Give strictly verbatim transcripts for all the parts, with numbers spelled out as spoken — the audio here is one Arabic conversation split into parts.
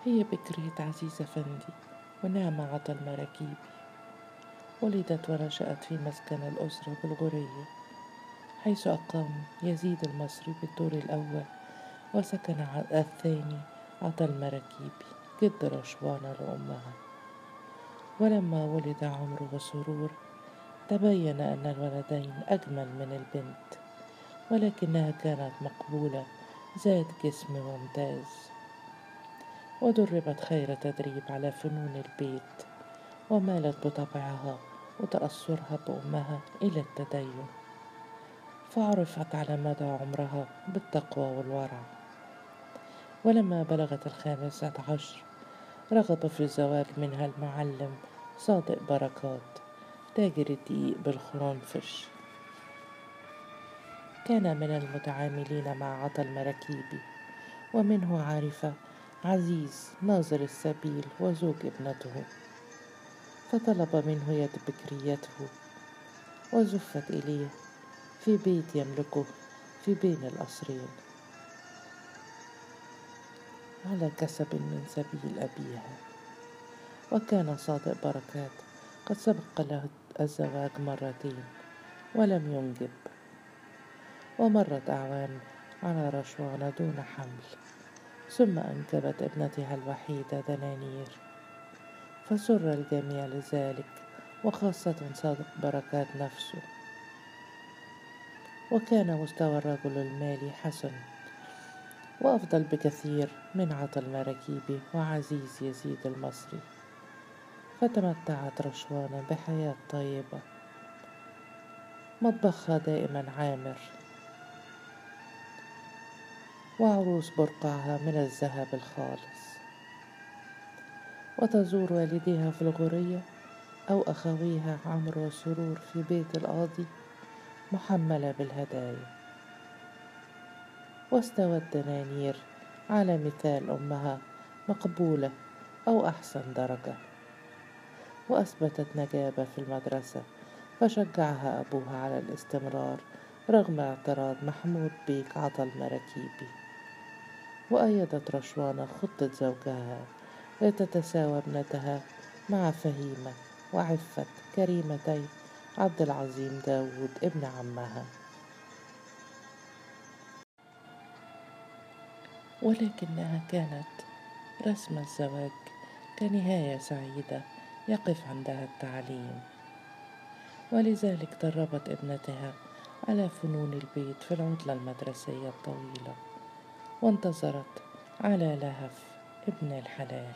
هي بكرية عزيز أفندي ونعمة عطا المراكيبي. ولدت ونشأت في مسكن الأسرة بالغرية، حيث أقام يزيد المصري بالدور الأول، وسكن الثاني عطا المراكيبي جد رشوانة لأمها. ولما ولد عمرو وسرور تبين أن الولدين أجمل من البنت، ولكنها كانت مقبولة ذات جسم ممتاز، ودربت خير تدريب على فنون البيت، ومالت بطبعها وتأثرها بأمها إلى التدين، فعرفت على مدى عمرها بالتقوى والورع. ولما بلغت الخامسة عشر رغب في الزواج منها المعلم صادق بركات تاجر الدقيق بالخرنفش. كان من المتعاملين مع عطا المراكيبي، ومنه عارفة عزيز ناظر السبيل وزوج ابنته، فطلب منه يد بكريته، وزفت إليه في بيت يملكه في بين القصرين على كسب من سبيل أبيها. وكان صادق بركات قد سبق له الزواج مرتين ولم ينجب، ومرت أعوام على رشوان دون حمل، ثم أنجبت ابنتها الوحيدة دنانير، فسر الجميع لذلك وخاصة صادق بركات نفسه. وكان مستوى الرجل المالي حسن وأفضل بكثير من عطا المراكيبي وعزيز يزيد المصري، فتمتعت رشوانة بحياة طيبة، مطبخها دائما عامر، وعروس برقعها من الذهب الخالص، وتزور والديها في الغورية أو أخويها عمرو وسرور في بيت القاضي محملة بالهدايا. واستوت دنانير على مثال أمها مقبولة أو أحسن درجة، وأثبتت نجابة في المدرسة، فشجعها أبوها على الاستمرار رغم اعتراض محمود بيك عطا المراكيبي. وأيدت رشوانة خطة زوجها لتتساوى ابنتها مع فهيمة وعفت كريمتي عبد العظيم داود ابن عمها. ولكنها كانت رسم الزواج كنهاية سعيدة يقف عندها التعليم، ولذلك دربت ابنتها على فنون البيت في العطلة المدرسية الطويلة، وانتظرت على لهف ابن الحلال.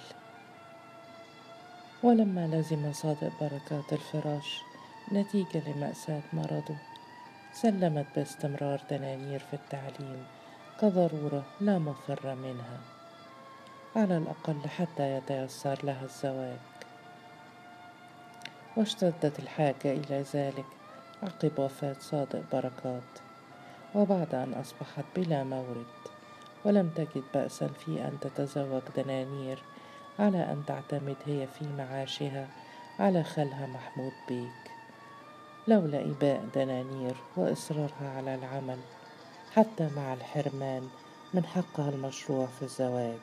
ولما لزم صادق بركات الفراش نتيجة لمأساة مرضه، سلمت باستمرار دنانير في التعليم كضرورة لا مفر منها، على الأقل حتى يتيسر لها الزواج. واشتدت الحاجة إلى ذلك عقب وفاة صادق بركات، وبعد أن أصبحت بلا مورد، ولم تجد بأسا في أن تتزوج دنانير على أن تعتمد هي في معاشها على خالها محمود بيك، لولا إباء دنانير وإصرارها على العمل حتى مع الحرمان من حقها المشروع في الزواج.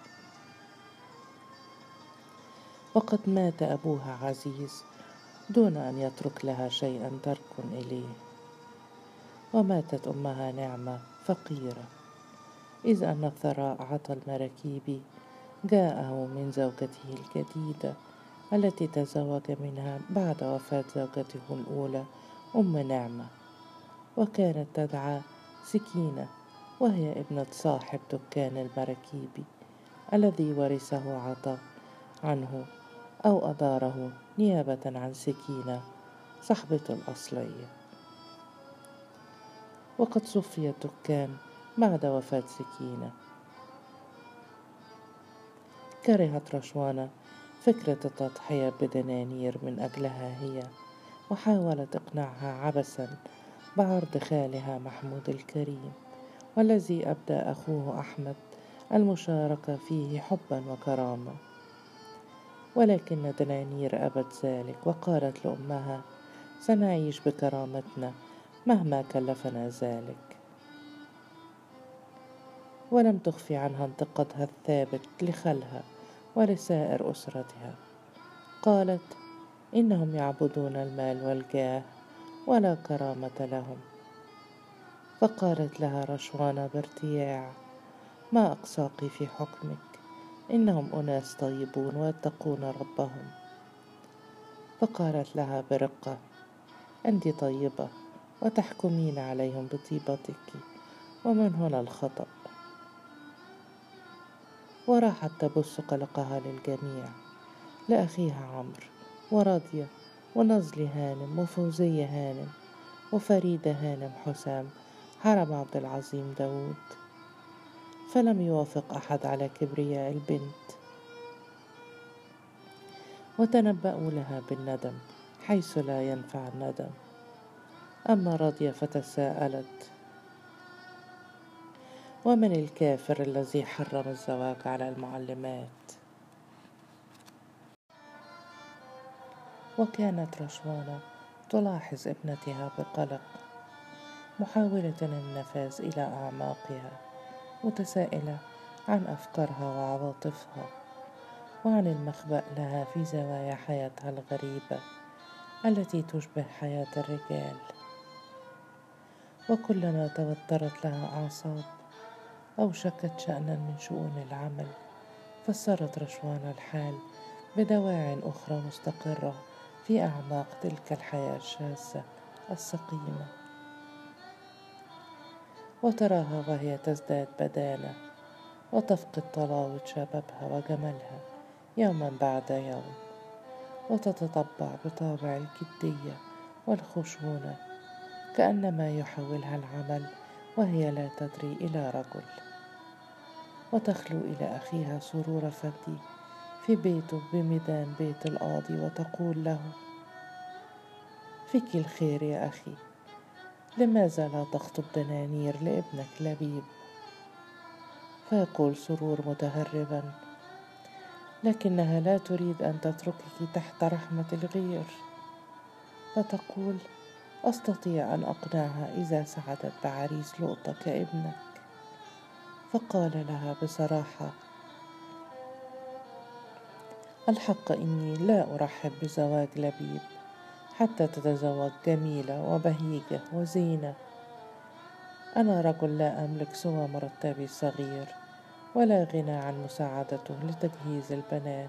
وقد مات أبوها عزيز دون أن يترك لها شيئا تركن إليه، وماتت أمها نعمة فقيرة، إذ أن الثراء عطا المراكيبي جاءه من زوجته الجديدة التي تزوج منها بعد وفاة زوجته الأولى أم نعمة، وكانت تدعى سكينة، وهي ابنة صاحب دكان المراكيبي الذي ورثه عطا عنه أو أداره نيابة عن سكينة صاحبته الأصلية. وقد صفي الدكان بعد وفاة سكينة. كرهت رشوانة فكرة التضحية بدنانير من أجلها هي، وحاولت إقناعها عبثا بعرض خالها محمود الكريم، والذي أبدى أخوه أحمد المشاركة فيه حبا وكرامة. ولكن دنانير أبت ذلك، وقالت لأمها: سنعيش بكرامتنا مهما كلفنا ذلك. ولم تخفي عنها انتقادها الثابت لخالها ولسائر أسرتها. قالت: إنهم يعبدون المال والجاه ولا كرامة لهم. فقالت لها رشوانة بارتياع: ما أقساك في حكمك، إنهم أناس طيبون ويتقون ربهم. فقالت لها برقة: أنت طيبة وتحكمين عليهم بطيبتك، ومن هنا الخطأ. وراحت تبث قلقها للجميع، لأخيها عمرو ورضية ونزل هانم وفوزية هانم وفريدة هانم حسام حرم عبد العظيم داود. فلم يوافق أحد على كبرياء البنت، وتنبأوا لها بالندم حيث لا ينفع الندم. أما راضية فتساءلت: ومن الكافر الذي حرم الزواج على المعلمات؟ وكانت رشوانة تلاحظ ابنتها بقلق، محاولة النفاذ إلى أعماقها، متسائلة عن أفكارها وعواطفها، وعن المخبأ لها في زوايا حياتها الغريبة التي تشبه حياة الرجال. وكلما توترت لها أعصاب أو شكت شأنا من شؤون العمل، فسرت رشوان الحال بدواعٍ أخرى مستقرة في أعماق تلك الحياة الشاذة السقيمة. وتراها وهي تزداد بدانة وتفقد طلاوة شبابها وجمالها يوما بعد يوم، وتتطبع بطابع الجدية والخشونة، كأنما يحولها العمل وهي لا تدري إلى رجل. وتخلو إلى أخيها سرور فدي في بيته بميدان بيت القاضي، وتقول له: فيك الخير يا أخي، لماذا لا تخطب دنانير لابنك لبيب؟ فيقول سرور متهربا: لكنها لا تريد أن تتركك تحت رحمة الغير. فتقول: أستطيع أن أقنعها إذا سعدت بعريس لقطة كابنك. فقال لها بصراحة: الحق إني لا أرحب بزواج لبيب حتى تتزوج جميلة وبهيجة وزينة. أنا رجل لا أملك سوى مرتبي الصغير، ولا غنى عن مساعدته لتجهيز البنات.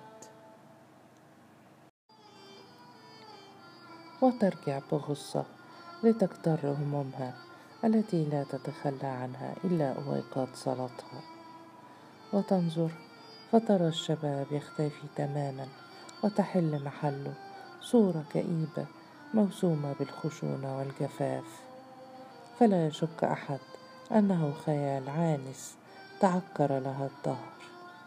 وترجع بغصة لتكتر همومها التي لا تتخلى عنها إلا أويقات صلاتها، وتنظر فترى الشباب يختفي تماما، وتحل محله صورة كئيبة موسومة بالخشونة والجفاف. فلا يشك أحد أنه خيال عانس تعكر لها الدهر.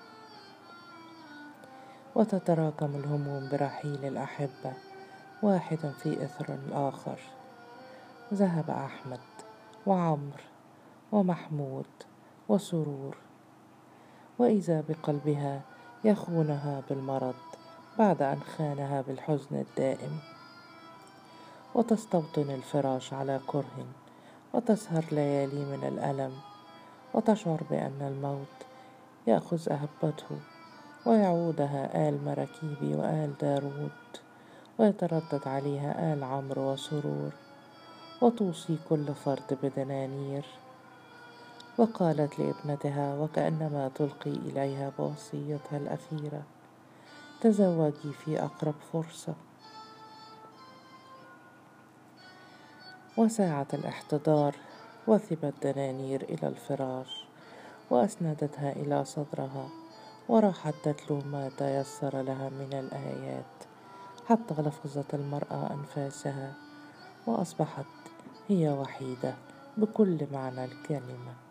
وتتراكم الهموم برحيل الأحبة واحد في إثر الآخر. ذهب أحمد وعمر ومحمود وسرور، وإذا بقلبها يخونها بالمرض بعد أن خانها بالحزن الدائم. وتستوطن الفراش على كره، وتسهر ليالي من الألم، وتشعر بأن الموت يأخذ أهبته ويعودها آل مراكيبي وآل داود، ويتردد عليها آل عمرو وسرور، وتوصي كل فرد بدنانير. وقالت لابنتها وكأنما تلقي إليها بوصيتها الأخيرة: تزوجي في أقرب فرصة. وساعة الاحتضار وثبت دنانير إلى الفراش، وأسندتها إلى صدرها، وراحت تتلو ما تيسر لها من الآيات حتى لفظت المرأة أنفاسها، وأصبحت هي وحيدة بكل معنى الكلمة.